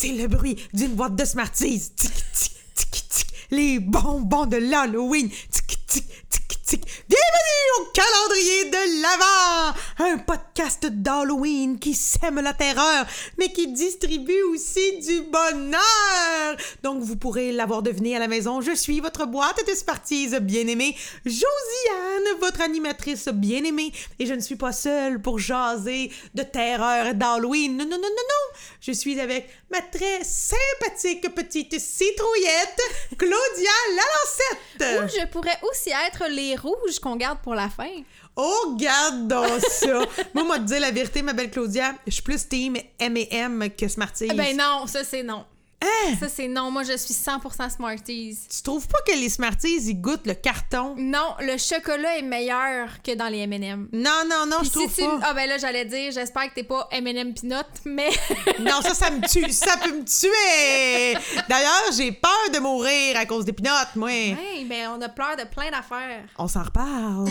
c'est le bruit d'une boîte de Smarties. Tic, tic, tic, tic. Les bonbons de l'Halloween. Tic, tic, tic, tic. Bienvenue au calendrier de l'Avent, un podcast d'Halloween qui sème la terreur, mais qui distribue aussi du bonheur. Donc, vous pourrez l'avoir deviné à la maison, je suis votre boîte de Smarties bien-aimée, Josiane, votre animatrice bien-aimée, et je ne suis pas seule pour jaser de terreur et d'Halloween. Non, non, non, non, non. Je suis avec ma très sympathique petite citrouillette, Claudia Lalancette. Ou je pourrais aussi être les rouges qu'on garde pour la fin. Oh, garde donc ça! Moi, te dire la vérité, ma belle Claudia, je suis plus team M&M que Smarties. Ben non, ça c'est non. Hein? Ça c'est non, moi je suis 100% Smarties. Tu trouves pas que les Smarties, ils goûtent le carton? Non, le chocolat est meilleur que dans les M&M. Non, non, non, Puis je trouve si pas. Ah ben là, j'allais dire, j'espère que t'es pas M&M Peanut, mais... Non, ça me tue. Ça peut me tuer! D'ailleurs, j'ai peur de mourir à cause des pinottes, moi. Ouais, ben on a peur de plein d'affaires. On s'en reparle.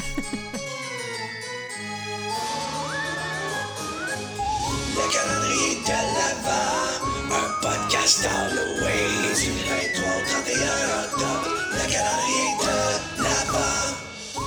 Le calendrier de l'Avent, un podcast Halloween du 23 au 31 octobre. Le calendrier de l'Avent.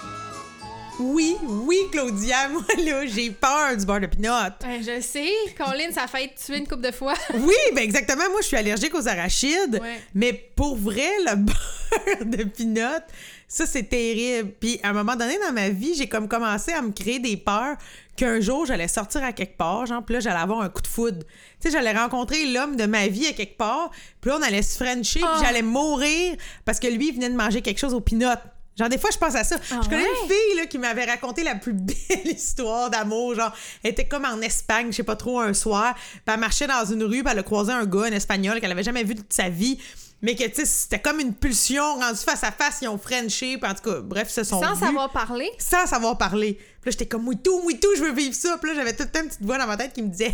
Oui, Claudia, moi, là, j'ai peur du beurre de pinot. Je sais, Colin, ça a fait tuer une couple de fois. Oui, ben exactement. Moi, je suis allergique aux arachides. Ouais. Mais pour vrai, le beurre de pinot, ça, c'est terrible. Puis, à un moment donné dans ma vie, j'ai comme commencé à me créer des peurs qu'un jour, j'allais sortir à quelque part, genre, puis là, j'allais avoir un coup de foudre. Tu sais, j'allais rencontrer l'homme de ma vie à quelque part, puis là, on allait se frencher, puis j'allais mourir parce que lui, il venait de manger quelque chose aux pinottes. Genre, des fois, je pense à ça. Je connais une fille là, qui m'avait raconté la plus belle histoire d'amour. Genre, elle était comme en Espagne, je sais pas trop, un soir. Puis elle marchait dans une rue, puis elle a croisé un gars, un Espagnol, qu'elle avait jamais vu de sa vie. Mais que, tu sais, c'était comme une pulsion rendue face à face. Ils ont frenché, puis en tout cas, bref, ils se sont Sans vus. savoir parler. Sans savoir parler. Puis là, j'étais comme, mouitou, je veux vivre ça. Puis là, j'avais tout le temps une petite voix dans ma tête qui me disait,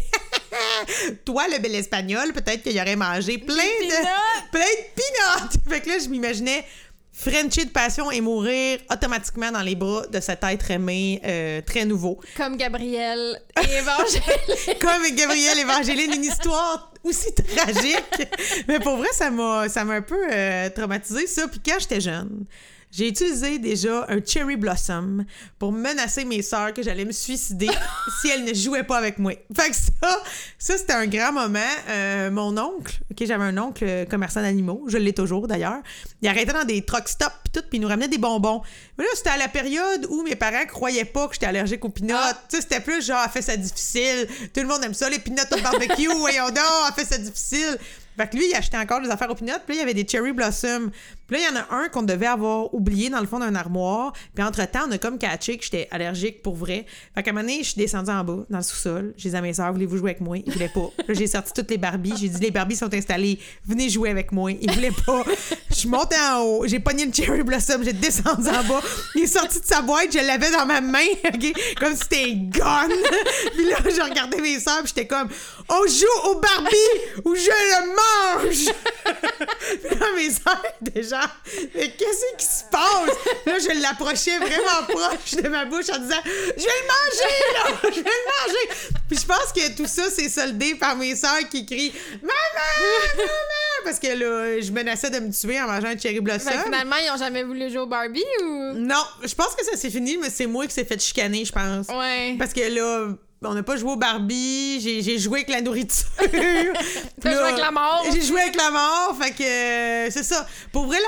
toi, le bel Espagnol, peut-être qu'il aurait mangé plein de peanuts. Fait que là, je m'imaginais frencher de passion et mourir automatiquement dans les bras de cet être aimé très nouveau. Comme Gabriel et Évangéline. Comme Gabriel Évangéline, une histoire aussi tragique. Mais pour vrai, ça m'a un peu traumatisée, ça. Puis quand j'étais jeune, j'ai utilisé déjà un cherry blossom pour menacer mes sœurs que j'allais me suicider si elles ne jouaient pas avec moi. Fait que ça c'était un grand moment. Mon oncle, j'avais un oncle commerçant d'animaux, je l'ai toujours d'ailleurs, il arrêtait dans des truck stops pis tout, puis il nous ramenait des bonbons. Mais là, c'était à la période où mes parents croyaient pas que j'étais allergique aux peanuts. Tu sais, c'était plus genre, elle fait ça difficile. Tout le monde aime ça, les peanuts au barbecue, voyons donc, elle fait ça difficile. Fait que lui, il achetait encore des affaires aux peanuts, puis là, il y avait des cherry blossom. Puis là, il y en a un qu'on devait avoir oublié dans le fond d'un armoire. Puis entre-temps, on a comme catché que j'étais allergique pour vrai. Fait qu'à un moment donné, je suis descendue en bas, dans le sous-sol. J'ai dit à mes sœurs, voulez-vous jouer avec moi? Ils voulaient pas. Là, j'ai sorti toutes les Barbies. J'ai dit, les Barbies sont installées. Venez jouer avec moi. Ils voulaient pas. Je suis montée en haut. J'ai pogné une cherry blossom. J'ai descendu en bas. Il est sorti de sa boîte. Je l'avais dans ma main, OK? Comme si c'était un gun. Puis là, j'ai regardé mes sœurs. Puis j'étais comme, on joue au Barbie ou je le mange! Puis là, mes sœurs, déjà, mais qu'est-ce qui se passe? Là, je l'approchais vraiment proche de ma bouche en disant, je vais le manger, là! Je vais le manger! Puis je pense que tout ça, c'est soldé par mes sœurs qui crient, maman! Parce que là, je menaçais de me tuer en mangeant un cherry blossom. Fait que finalement, ils ont jamais voulu jouer au Barbie ou... Non, je pense que ça s'est fini, mais c'est moi qui s'est fait chicaner, je pense. Ouais. Parce que là, on n'a pas joué au Barbie, j'ai joué avec la nourriture. T'as joué avec la mort. J'ai joué avec la mort, fait que c'est ça. Pour vrai,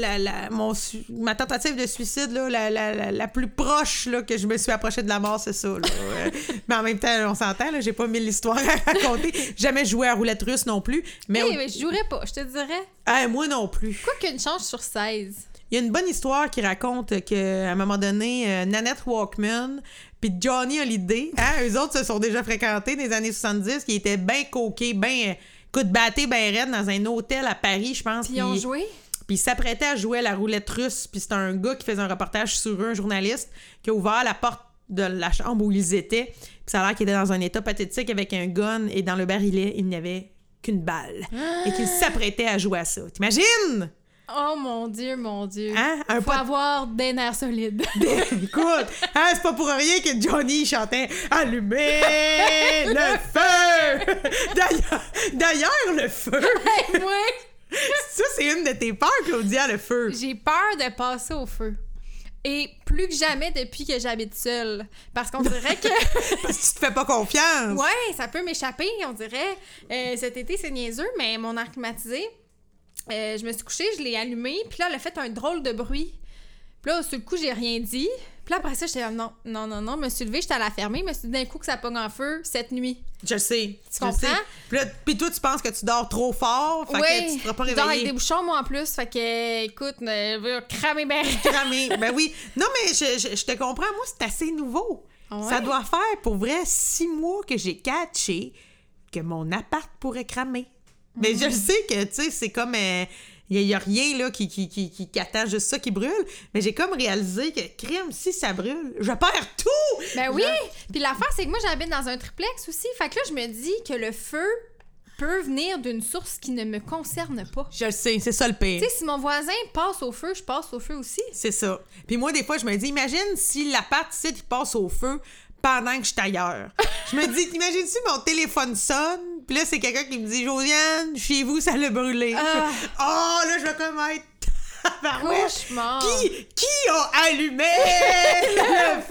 ma tentative de suicide, là, la plus proche là, que je me suis approchée de la mort, c'est ça. Là. Mais en même temps, on s'entend, là, j'ai pas mille histoires à raconter. Jamais joué à roulette russe non plus. Mais, mais je jouerais pas, je te dirais. Moi non plus. Quoi qu'une chance sur 16. Il y a une bonne histoire qui raconte qu'à un moment donné, Nanette Walkman puis Johnny Hallyday, eux autres se sont déjà fréquentés dans les années 70, qui étaient bien coqués, bien coup de batté, bien raide dans un hôtel à Paris, je pense. Puis ils ont joué? Puis ils s'apprêtaient à jouer à la roulette russe, puis c'était un gars qui faisait un reportage sur eux, un journaliste, qui a ouvert la porte de la chambre où ils étaient, puis ça a l'air qu'il était dans un état pathétique avec un gun, et dans le barillet, il n'y avait qu'une balle, et qu'il s'apprêtait à jouer à ça. T'imagines? Oh mon Dieu, mon Dieu. Hein? Faut avoir des nerfs solides. Écoute, hein, c'est pas pour rien que Johnny chantait « Allumez le feu! » D'ailleurs, le feu, Hey, moi, ça, c'est une de tes peurs, Claudia, le feu. j'ai peur de passer au feu. Et plus que jamais depuis que j'habite seule. Parce qu'on dirait que... Parce que tu te fais pas confiance. Ouais, ça peut m'échapper, on dirait. Cet été, c'est niaiseux, mais mon air climatisé, je me suis couchée, je l'ai allumé, puis là, elle a fait un drôle de bruit. Puis là, sur le coup, j'ai rien dit. Puis là, après ça, j'étais comme non, je me suis levée, j'étais à la fermer, mais c'est d'un coup que ça pogne en feu cette nuit. Je sais. Tu comprends? Puis toi, tu penses que tu dors trop fort, fait que tu te feras pas je dors avec réveiller. des bouchons, moi, en plus, fait que, écoute, va cramer ben. Cramé. Ben oui. Non, mais je te comprends. Moi, c'est assez nouveau. Ouais. Ça doit faire, pour vrai, 6 mois que j'ai catché que mon appart pourrait cramer. Mais je sais que, tu sais, c'est comme... Il y a rien, là, qui attend juste ça qui brûle. Mais j'ai comme réalisé que, crime, si ça brûle, je perds tout! Ben oui! Puis l'affaire, c'est que moi, j'habite dans un triplex aussi. Fait que là, je me dis que le feu peut venir d'une source qui ne me concerne pas. Je le sais, c'est ça le pire. Tu sais, si mon voisin passe au feu, je passe au feu aussi. C'est ça. Puis moi, des fois, je me dis, imagine si l'appart ici, il passe au feu pendant que je suis ailleurs. Je me dis, imagine-tu, mon téléphone sonne, puis là, c'est quelqu'un qui me dit, Josiane, chez vous, ça l'a brûlé. Oh, là, je vais comme être... Cauchemar. Qui a allumé le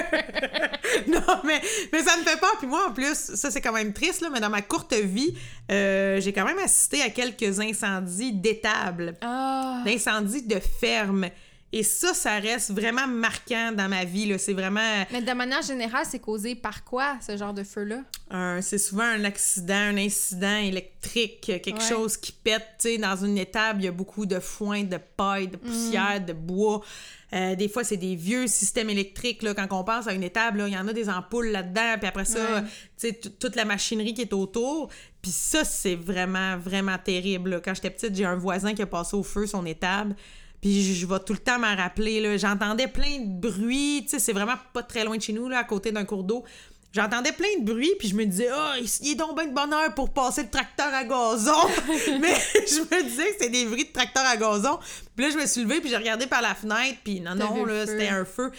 feu? Non, mais ça me fait peur. Puis moi, en plus, ça, c'est quand même triste, là, mais dans ma courte vie, j'ai quand même assisté à quelques incendies d'étables, d'incendies de ferme. Et ça reste vraiment marquant dans ma vie, là. C'est vraiment... Mais de manière générale, c'est causé par quoi, ce genre de feu-là? C'est souvent un accident, un incident électrique, quelque chose qui pète. Tu sais, dans une étable, il y a beaucoup de foin, de paille, de poussière, de bois. Des fois, c'est des vieux systèmes électriques. Là, quand on pense à une étable, là, il y en a des ampoules là-dedans. Puis après ça, tu sais, toute la machinerie qui est autour. Puis ça, c'est vraiment, vraiment terrible. Là. Quand j'étais petite, j'ai un voisin qui a passé au feu son étable. Puis je vais tout le temps m'en rappeler, là. J'entendais plein de bruits, tu sais, c'est vraiment pas très loin de chez nous, là, à côté d'un cours d'eau. J'entendais plein de bruits, puis je me disais, il est donc bien de bonne heure pour passer le tracteur à gazon. Mais je me disais que c'était des bruits de tracteur à gazon. Puis là, je me suis levée, puis j'ai regardé par la fenêtre, puis non, là, c'était un feu.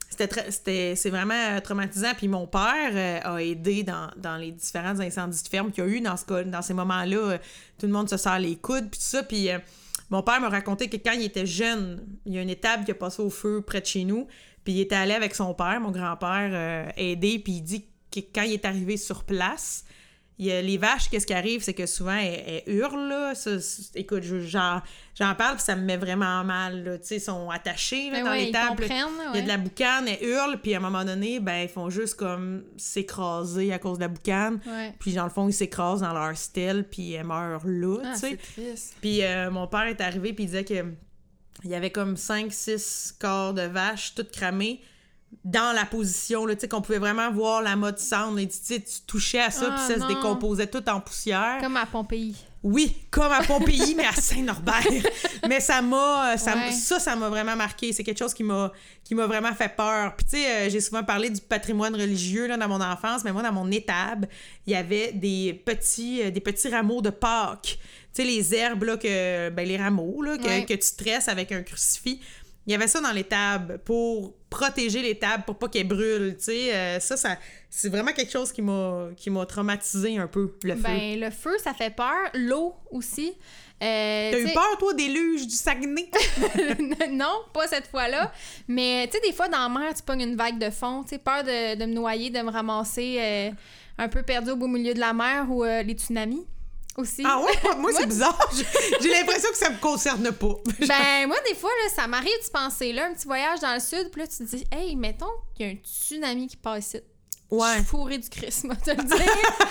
C'est vraiment traumatisant. Puis mon père a aidé dans les différents incendies de ferme qu'il y a eu dans ces moments-là. Tout le monde se serre les coudes, puis tout ça, puis... Mon père m'a raconté que quand il était jeune, il y a une étable qui a passé au feu près de chez nous, puis il était allé avec son père, mon grand-père, aider, puis il dit que quand il est arrivé sur place, les vaches, qu'est-ce qui arrive, c'est que souvent, elles hurlent, là. Écoute, j'en parle, puis ça me met vraiment mal, là. Tu sais, ils sont attachés, là, dans l'étable. Il y a de la boucane, elles hurlent, puis à un moment donné, ben, ils font juste comme s'écraser à cause de la boucane. Ouais. Puis dans le fond, ils s'écrasent dans leur stèle, puis elles meurent là, tu sais. C'est triste. Puis mon père est arrivé, puis il disait que il y avait comme 5-6 corps de vaches toutes cramées dans la position, là, tu sais, qu'on pouvait vraiment voir la mode cendre. Et tu sais, tu touchais à ça, puis ça se décomposait tout en poussière. Comme à Pompéi. Oui, comme à Pompéi, mais à Saint-Norbert. Mais ça m'a vraiment marqué. C'est quelque chose qui m'a vraiment fait peur. Puis tu sais, j'ai souvent parlé du patrimoine religieux là, dans mon enfance, mais moi, dans mon étable, il y avait des petits rameaux de Pâques. Tu sais, les herbes, là, les rameaux, là, que tu tresses avec un crucifix. Il y avait ça dans l'étable pour protéger l'étable, pour pas qu'elle brûle, tu sais. Ça, c'est vraiment quelque chose qui m'a traumatisé un peu, le feu. Ben, le feu, ça fait peur. L'eau aussi. T'as eu peur, toi, des luges du Saguenay? Non, pas cette fois-là. Mais, tu sais, des fois, dans la mer, tu pognes une vague de fond. Tu sais, peur de me noyer, de me ramasser un peu perdu au beau milieu de la mer ou les tsunamis. Aussi. Ah ouais? Moi, c'est bizarre. J'ai l'impression que ça me concerne pas. Ben, moi, des fois, là, ça m'arrive de penser, là, un petit voyage dans le sud, puis là, tu te dis, hey, mettons qu'il y a un tsunami qui passe ici. Ouais. Je suis fourrée du Christ, moi, te le dire.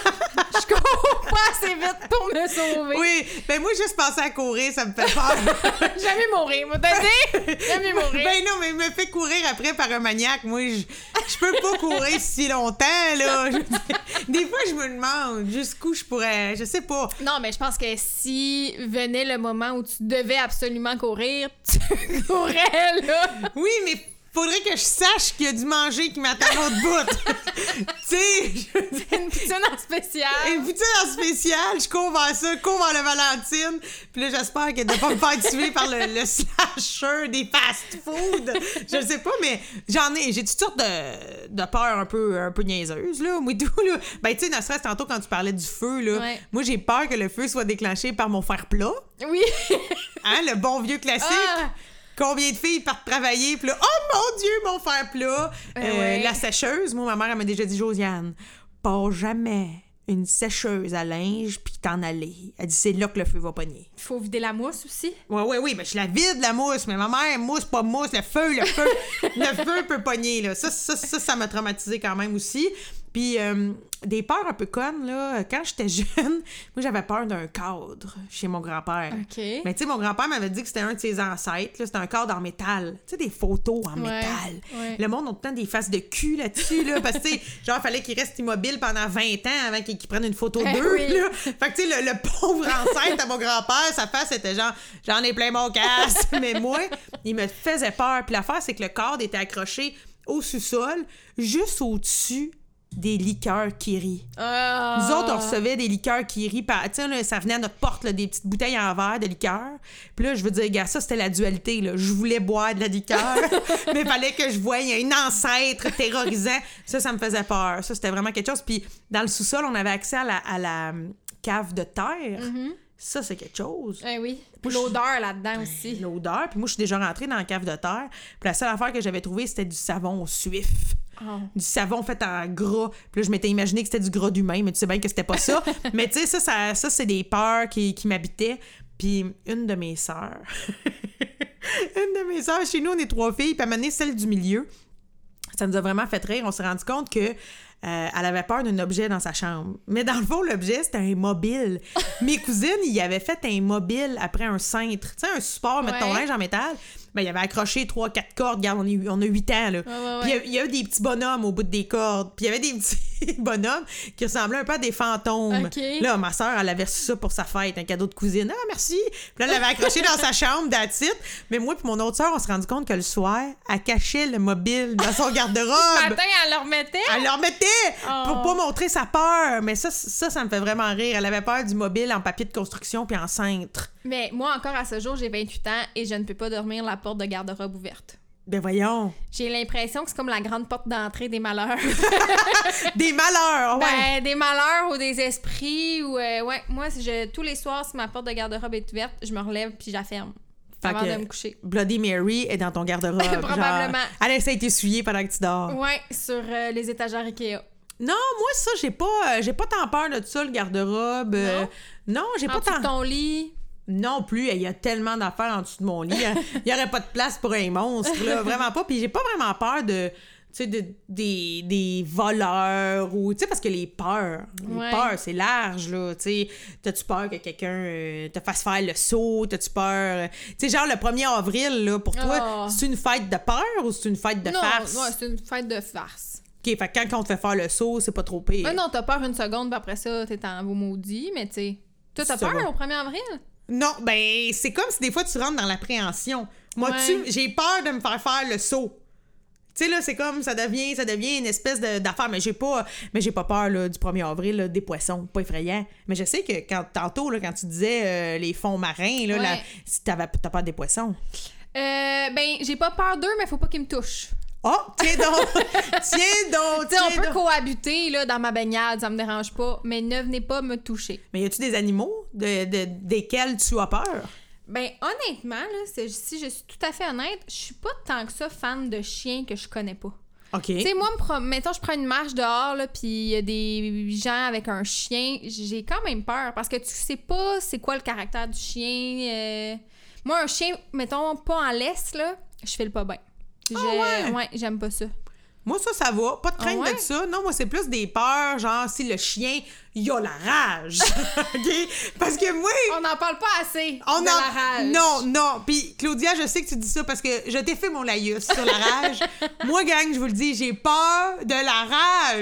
Je cours pas assez vite pour me sauver. Oui, ben moi, juste penser à courir, ça me fait peur. Jamais mourir, moi, t'as dit? Jamais mourir. Ben non, mais il me fait courir après par un maniaque. Moi, je peux pas courir si longtemps, là. Des fois, je me demande jusqu'où je pourrais... Je sais pas. Non, mais je pense que si venait le moment où tu devais absolument courir, tu courrais, là. Oui, mais faudrait que je sache qu'il y a du manger qui m'attend à l'autre bout. Tu sais, Une poutine en spécial. une poutine en spécial, je cours vers ça, cours vers le Valentine. Puis là, j'espère que de pas me faire tuer par le slasher des fast-food. Je sais pas, mais j'ai toutes sortes de peurs un peu niaiseuses, là, moi, tout, là. Ben, tu sais, ne serait-ce tantôt quand tu parlais du feu, là. Ouais. Moi, j'ai peur que le feu soit déclenché par mon fer plat. Oui. Hein, le bon vieux classique. Ah! Combien de filles partent travailler, puis là, oh mon Dieu, mon fer plat! Ouais. La sécheuse, moi, ma mère, elle m'a déjà dit, Josiane, pas jamais une sécheuse à linge puis t'en aller. Elle dit, c'est là que le feu va pogner. Il faut vider la mousse aussi. Oui, ben je la vide, la mousse, mais ma mère, mousse, pas mousse, le feu, le feu peut pogner, là. Ça m'a traumatisé quand même aussi. Puis des peurs un peu connes, là, quand j'étais jeune, moi, j'avais peur d'un cadre chez mon grand-père. OK. Mais tu sais, mon grand-père m'avait dit que c'était un de ses ancêtres, là, c'était un cadre en métal. Tu sais, des photos en métal. Ouais. Le monde a tout le temps des faces de cul là-dessus, là, parce que, tu sais, genre, il fallait qu'il reste immobile pendant 20 ans avant qu'il prenne une photo d'eux, oui. là. Fait que, tu sais, le pauvre ancêtre à mon grand-père, sa face était genre, j'en ai plein mon casse. Mais moi, il me faisait peur. Puis l'affaire, c'est que le cadre était accroché au sous-sol, juste au-dessus des liqueurs Kiri. Nous autres, on recevait des liqueurs Kiri. Tu sais, là, ça venait à notre porte, là, des petites bouteilles en verre de liqueur. Puis là, je veux dire, gars, ça, c'était la dualité. Là. Je voulais boire de la liqueur, mais il fallait que je voie un ancêtre terrorisant. Ça me faisait peur. Ça, c'était vraiment quelque chose. Puis dans le sous-sol, on avait accès à la cave de terre. Mm-hmm. Ça, c'est quelque chose. Eh oui. Moi, L'odeur là-dedans aussi. L'odeur. Puis moi, je suis déjà rentrée dans la cave de terre. Puis la seule affaire que j'avais trouvée, c'était du savon Suif. Oh. Du savon fait en gras. Puis là, je m'étais imaginé que c'était du gras d'humain, mais tu sais bien que c'était pas ça. Mais tu sais, ça c'est des peurs qui m'habitaient. Puis une de mes sœurs... chez nous, on est 3 filles, puis à un moment donné, celle du milieu, ça nous a vraiment fait rire. On s'est rendu compte que elle avait peur d'un objet dans sa chambre. Mais dans le fond, l'objet, c'était un mobile. Mes cousines, ils avaient fait un mobile après un cintre. Tu sais, un support, mettre ton linge en métal. Ben, il avait accroché 3-4 cordes. Regarde, on a 8 ans, là. Puis il y avait des petits bonhommes au bout des cordes. Puis il y avait des petits bonhommes qui ressemblaient un peu à des fantômes. Okay. Là, ma soeur, elle avait reçu ça pour sa fête, un cadeau de cousine. Ah, merci! Puis là, elle l'avait accroché dans sa chambre, that's it. Mais moi et mon autre soeur, on s'est rendu compte que le soir, elle cachait le mobile dans son garde-robe. Le matin, elle le remettait? Elle le remettait pour pas montrer sa peur. Mais ça me fait vraiment rire. Elle avait peur du mobile en papier de construction puis en cintre. Mais moi, encore à ce jour, j'ai 28 ans et je ne peux pas dormir la porte de garde-robe ouverte. Ben voyons. J'ai l'impression que c'est comme la grande porte d'entrée des malheurs. Des malheurs, ouais. Ben, des malheurs ou des esprits. Ou moi, tous les soirs, si ma porte de garde-robe est ouverte, je me relève puis je la ferme. Avant de me coucher. Bloody Mary est dans ton garde-robe. Probablement. Genre, elle essaie de t'essuyer pendant que tu dors. Ouais, sur les étagères Ikea. Non, moi, ça, j'ai pas tant peur de ça, le garde-robe. Non, j'ai pas En dessous tant... de ton lit. Non plus, il y a tellement d'affaires en dessous de mon lit. Il n'y aurait pas de place pour un monstre, là, vraiment pas. Puis j'ai pas vraiment peur des voleurs ou, tu sais, parce que les peurs, c'est large, là, tu sais. T'as-tu peur que quelqu'un te fasse faire le saut? T'as-tu peur... Tu sais, genre, le 1er avril, là, pour toi, c'est une fête de peur ou c'est une fête de farce? Non, c'est une fête de farce. OK, fait que quand on te fait faire le saut, c'est pas trop pire. Mais non, t'as peur une seconde, puis après ça, t'es en beau maudit, mais tu sais... Toi, t'as peur au 1er avril? Non, ben, c'est comme si des fois tu rentres dans l'appréhension. Moi, j'ai peur de me faire le saut. Tu sais, là, c'est comme, ça devient une espèce d'affaire, mais j'ai pas peur, là, du 1er avril, là, des poissons, pas effrayant. Mais je sais que tantôt, là, quand tu disais les fonds marins, là, si t'as peur des poissons. Ben, j'ai pas peur d'eux, mais faut pas qu'ils me touchent. Oh, tiens donc! On peut cohabiter là, dans ma baignade, ça me dérange pas, mais ne venez pas me toucher. Mais y a-tu des animaux desquels tu as peur? Ben, honnêtement, là, si je suis tout à fait honnête, je suis pas tant que ça fan de chiens que je connais pas. OK. Tu sais, moi, mettons, je prends une marche dehors, là, puis il y a des gens avec un chien, j'ai quand même peur, parce que tu sais pas c'est quoi le caractère du chien. Moi, un chien, mettons, pas en laisse, là, je file pas bien. Ouais, j'aime pas ça. Moi, ça va. Pas de crainte de ça. Non, moi, c'est plus des peurs, genre, si le chien, il a la rage. OK? Parce que moi... On n'en parle pas assez de la rage. Non. Puis, Claudia, je sais que tu dis ça parce que je t'ai fait mon laïus sur la rage. Moi, gang, je vous le dis, j'ai peur de la rage.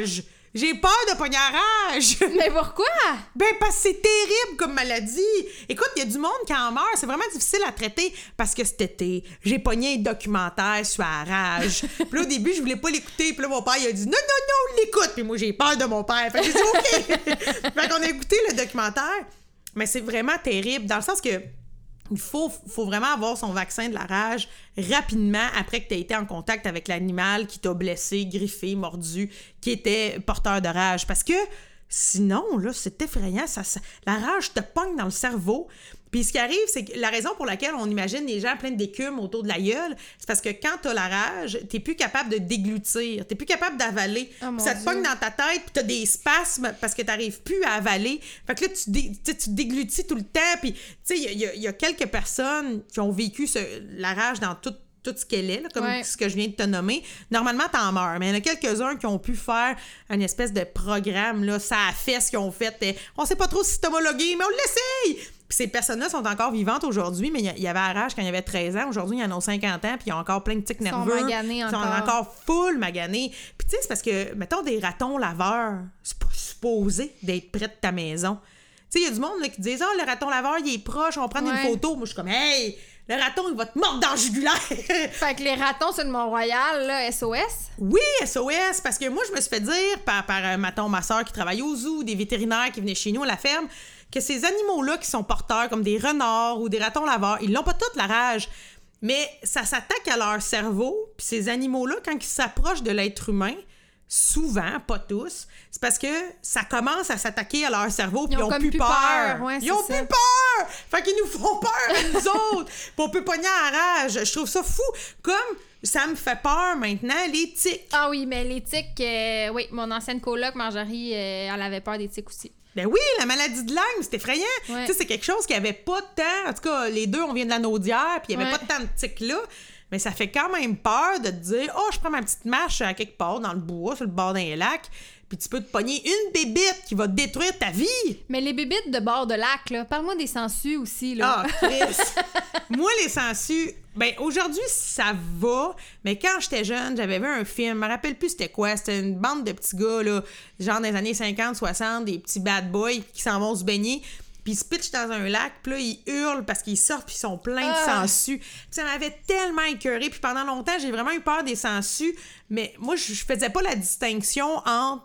J'ai peur de pogner la rage. Mais pourquoi? Ben, parce que c'est terrible comme maladie. Écoute, il y a du monde qui en meurt. C'est vraiment difficile à traiter parce que cet été, j'ai pogné un documentaire sur la rage. Puis là, au début, je voulais pas l'écouter. Puis là, mon père, il a dit non, l'écoute. Puis moi, j'ai peur de mon père. Fait que j'ai dit OK. Fait qu'on a écouté le documentaire. Mais c'est vraiment terrible dans le sens que il faut vraiment avoir son vaccin de la rage rapidement après que tu aies été en contact avec l'animal qui t'a blessé, griffé, mordu, qui était porteur de rage. Parce que sinon, là, c'est effrayant. La rage te pogne dans le cerveau. Puis ce qui arrive, c'est que la raison pour laquelle on imagine les gens pleins d'écume autour de la gueule, c'est parce que quand t'as la rage, t'es plus capable de déglutir, t'es plus capable d'avaler. Puis ça te pogne dans ta tête, puis t'as des spasmes parce que t'arrives plus à avaler. Fait que là, tu déglutis tout le temps. Puis, tu sais, il y a quelques personnes qui ont vécu la rage dans tout ce qu'elle est, là, comme ce que je viens de te nommer. Normalement, t'en meurs. Mais il y en a quelques-uns qui ont pu faire une espèce de programme, là, ça a fait ce qu'ils ont fait. On sait pas trop si c'est homologué, mais on l'essaye! Puis ces personnes-là sont encore vivantes aujourd'hui, mais il y avait la rage quand il y avait 13 ans. Aujourd'hui, il y en a 50 ans, puis ils ont encore plein de tics nerveux. Ils sont maganés encore. Ils sont encore full maganés. Puis tu sais, c'est parce que, mettons, des ratons laveurs, c'est pas supposé d'être près de ta maison. Tu sais, il y a du monde là, qui disent « Ah, le raton laveur, il est proche, on va prendre une photo. » Moi, je suis comme « Hey, le raton, il va te mordre dans le jugulaire! » Fait que les ratons sur le Mont-Royal, là, SOS? Oui, SOS, parce que moi, je me suis fait dire par ma soeur qui travaille au zoo, des vétérinaires qui venaient chez nous à la ferme, que ces animaux-là qui sont porteurs, comme des renards ou des ratons laveurs, ils l'ont pas toute la rage, mais ça s'attaque à leur cerveau, puis ces animaux-là, quand ils s'approchent de l'être humain, souvent, pas tous, c'est parce que ça commence à s'attaquer à leur cerveau, puis ils ont plus peur. Ouais, ils ont plus peur! Fait qu'ils nous font peur à nous autres! Puis on peut pogner à la rage. Je trouve ça fou. Comme ça me fait peur maintenant, les tiques. Ah oui, mais les tiques, oui, mon ancienne coloc, Marjorie, elle avait peur des tiques aussi. Ben oui, la maladie de Lyme, c'est effrayant. Ouais. Tu sais, c'est quelque chose qui avait pas de temps. En tout cas, les deux, on vient de la Naudière, puis il y avait pas de temps de tiques-là. Mais ça fait quand même peur de te dire « Oh, je prends ma petite marche à quelque part dans le bois, sur le bord d'un lac, puis tu peux te pogner une bébite qui va détruire ta vie! » Mais les bébites de bord de lac, là, parle-moi des sangsues aussi, là. Ah, Chris! Moi, les sangsues, ben aujourd'hui, ça va, mais quand j'étais jeune, j'avais vu un film, je me rappelle plus c'était quoi, c'était une bande de petits gars, là, genre des années 50, 60, des petits bad boys qui s'en vont se baigner, puis ils se pitchent dans un lac, puis là, ils hurlent parce qu'ils sortent, puis ils sont pleins de sangsues. Puis ça m'avait tellement écœurée, puis pendant longtemps, j'ai vraiment eu peur des sangsues, mais moi, je faisais pas la distinction entre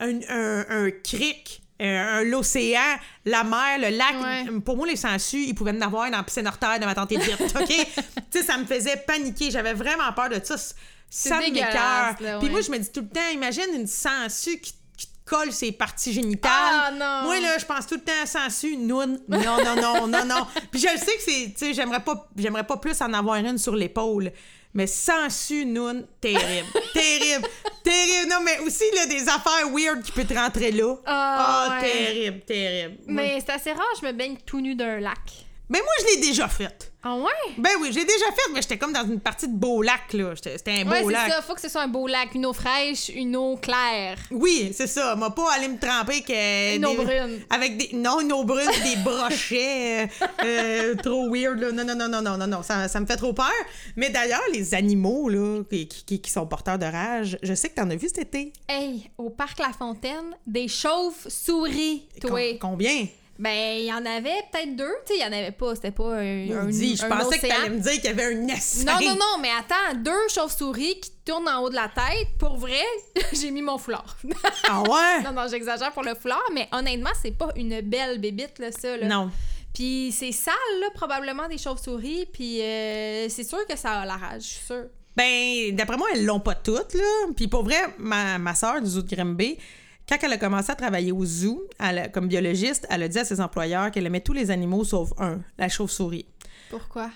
un cric, l'océan, la mer, le lac. Ouais. Pour moi, les sangsues, ils pouvaient en avoir dans la piscine Hortaire de ma tante Edith, OK? Tu sais, ça me faisait paniquer. J'avais vraiment peur de ça. Ça m'écoeure. Puis moi, je me dis tout le temps, imagine une sangsue qui colle ses parties génitales. Ah non! Moi, là, je pense tout le temps à sangsue, noun. Non. Puis je le sais que c'est, tu sais, j'aimerais pas plus en avoir une sur l'épaule. Mais sangsue, noun, terrible. terrible. Non, mais aussi, là, des affaires weird qui peuvent te rentrer là. Ouais. Terrible. Mais c'est assez rare, je me baigne tout nu d'un lac. Ben moi, je l'ai déjà faite. Ah ouais? Ben oui, j'ai déjà fait, mais j'étais comme dans une partie de beau lac, là. C'était un beau lac. Ouais, c'est ça. Faut que ce soit un beau lac. Une eau fraîche, une eau claire. Oui, c'est ça. M'a pas allé me tremper que... Une eau brune. Avec des... Non, une eau brune, des brochets trop weird, là. Non. Ça me fait trop peur. Mais d'ailleurs, les animaux, là, qui sont porteurs de rage, je sais que t'en as vu cet été. Hey, au parc La Fontaine, des chauves-souris, toi. Combien? Ben, il y en avait peut-être 2. Tu sais, il y en avait pas. C'était pas un Je pensais que t'allais me dire qu'il y avait un essaim. Non, mais attends. 2 chauves-souris qui tournent en haut de la tête. Pour vrai, j'ai mis mon foulard. Ah ouais? Non, j'exagère pour le foulard, mais honnêtement, c'est pas une belle bébite, là, ça. Là. Non. Puis c'est sale, là, probablement, des chauves-souris. Puis c'est sûr que ça a la rage, je suis sûre. Ben, d'après moi, elles l'ont pas toutes, là. Puis pour vrai, ma soeur du zoo de Grimby, quand elle a commencé à travailler au zoo, comme biologiste, elle a dit à ses employeurs qu'elle aimait tous les animaux sauf un, la chauve-souris. Pourquoi?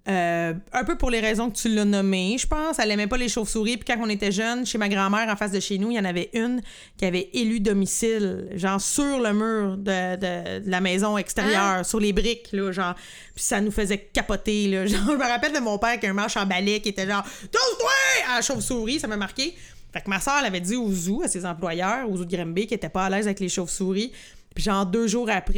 Un peu pour les raisons que tu l'as nommé, je pense. Elle aimait pas les chauves-souris. Puis quand on était jeunes, chez ma grand-mère, en face de chez nous, il y en avait une qui avait élu domicile, genre sur le mur de la maison extérieure, sur les briques, là, genre. Puis ça nous faisait capoter, là. Genre, je me rappelle de mon père qui a un manche en balai qui était genre « Touche-toi! » à la chauve-souris, ça m'a marqué. Fait que ma soeur, elle avait dit au zoo, à ses employeurs, au zoo de Grimby, qu'elle était pas à l'aise avec les chauves-souris. Puis genre 2 jours après,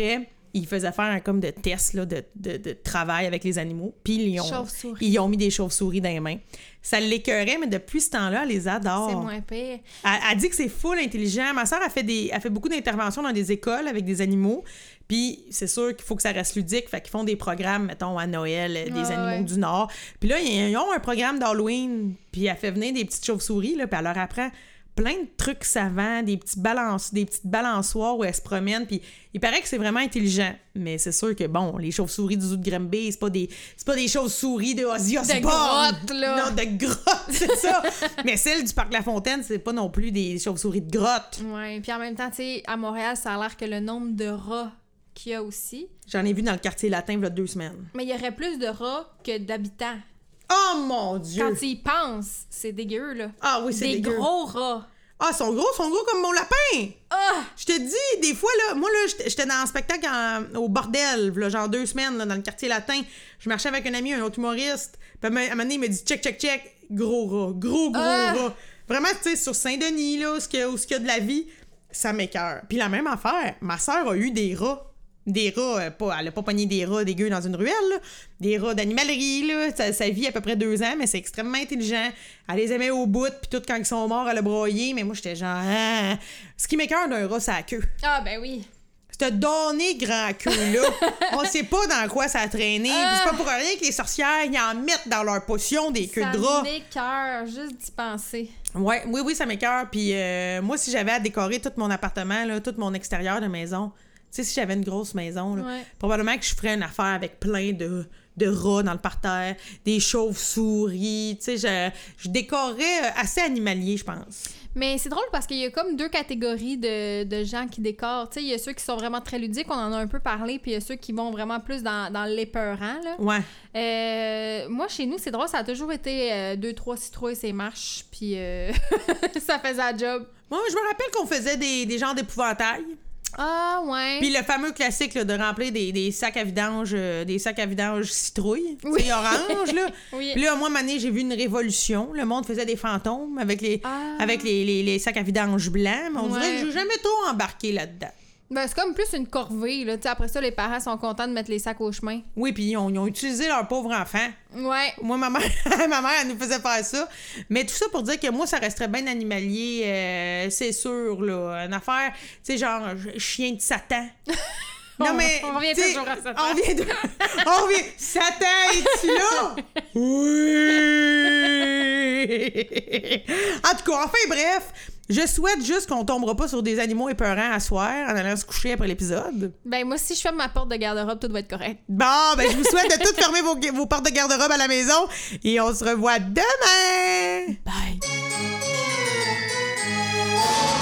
ils faisaient faire comme de tests là, de travail avec les animaux. Puis Chauve-souris. ils ont mis des chauves-souris dans les mains. Ça l'écœurait, mais depuis ce temps-là, elle les adore. C'est moins pire. Elle dit que c'est full intelligent. Ma soeur a fait beaucoup d'interventions dans des écoles avec des animaux. Puis c'est sûr qu'il faut que ça reste ludique. Fait qu'ils font des programmes, mettons, à Noël, des animaux du Nord. Puis là, ils ont un programme d'Halloween. Puis elle fait venir des petites chauves-souris, là, puis elle leur apprend plein de trucs savants, des petites balançoires où elles se promènent. Puis il paraît que c'est vraiment intelligent. Mais c'est sûr que, bon, les chauves-souris du zoo de Granby, c'est pas des chauves-souris de Ozzy Osbourne. De grotte, là. Non, de grotte, c'est ça. Mais celles du Parc La Fontaine, c'est pas non plus des chauves-souris de grotte. Ouais, puis en même temps, tu sais, à Montréal, ça a l'air que le nombre de rats qu'il y a aussi. J'en ai vu dans le quartier latin il y a 2 semaines. Mais il y aurait plus de rats que d'habitants. Oh mon Dieu! Quand tu y penses, c'est dégueu, là. Ah oui, c'est dégueu. Des gros rats. Ah, ils sont gros comme mon lapin! Ah! Je te dis, des fois, là, moi, là, j'étais dans un spectacle au bordel, là, genre 2 semaines, là, dans le quartier latin. Je marchais avec un ami, un autre humoriste. Puis à un moment donné, il me dit check. Gros rat. Gros rat. Vraiment, tu sais, sur Saint-Denis, là, où il y a de la vie, ça m'écoeure. Puis la même affaire, ma sœur a eu des rats. Des rats, elle a pas pogné des rats dégueux dans une ruelle, là. Des rats d'animalerie, là. Ça vit à peu près 2 ans, mais c'est extrêmement intelligent. Elle les aimait au bout, puis tout, quand ils sont morts, elle a broyé. Mais moi, j'étais genre... Ah. Ce qui m'écoeure d'un rat, c'est la queue. Ah, ben oui. Ce donné grand queue-là, on sait pas dans quoi ça a traîné. Puis c'est pas pour rien que les sorcières, ils en mettent dans leur potion des queues de rat. Ça m'écoeure, juste d'y penser. Ouais, oui, ça m'écoeure. Puis moi, si j'avais à décorer tout mon appartement, là, tout mon extérieur de maison... Tu sais, si j'avais une grosse maison, là, probablement que je ferais une affaire avec plein de rats dans le parterre, des chauves-souris. Tu sais, je décorerais assez animalier, je pense. Mais c'est drôle parce qu'il y a comme 2 catégories de gens qui décorent. Tu sais, il y a ceux qui sont vraiment très ludiques, on en a un peu parlé, puis il y a ceux qui vont vraiment plus dans l'épeurant, là. Ouais. Moi, chez nous, c'est drôle, ça a toujours été 2-3 citrouilles, c'est marches, puis ça faisait la job. Moi, je me rappelle qu'on faisait des genres d'épouvantails. Ah, ouais. Puis le fameux classique là, de remplir des sacs à vidange citrouilles, oui. C'est orange, là. Oui. Puis là, moi, à un moment donné, j'ai vu une révolution. Le monde faisait des fantômes avec les sacs à vidange blancs. Mais on dirait que j'ai jamais trop embarqué là-dedans. Ben, c'est comme plus une corvée, là. Tu sais, après ça, les parents sont contents de mettre les sacs au chemin. Oui, puis ils ont utilisé leur pauvre enfant. Ouais. Moi, ma mère, elle nous faisait faire ça. Mais tout ça pour dire que moi, ça resterait bien animalier, c'est sûr, là. Une affaire, tu sais, genre, chien de Satan. Non, mais. On revient toujours à Satan. On revient. Satan, es-tu là? Oui! En tout cas, enfin, bref. Je souhaite juste qu'on tombera pas sur des animaux épeurants à soir en allant se coucher après l'épisode. Ben, moi, si je ferme ma porte de garde-robe, tout va être correct. Bon, ben, je vous souhaite de toutes fermer vos portes de garde-robe à la maison et on se revoit demain! Bye!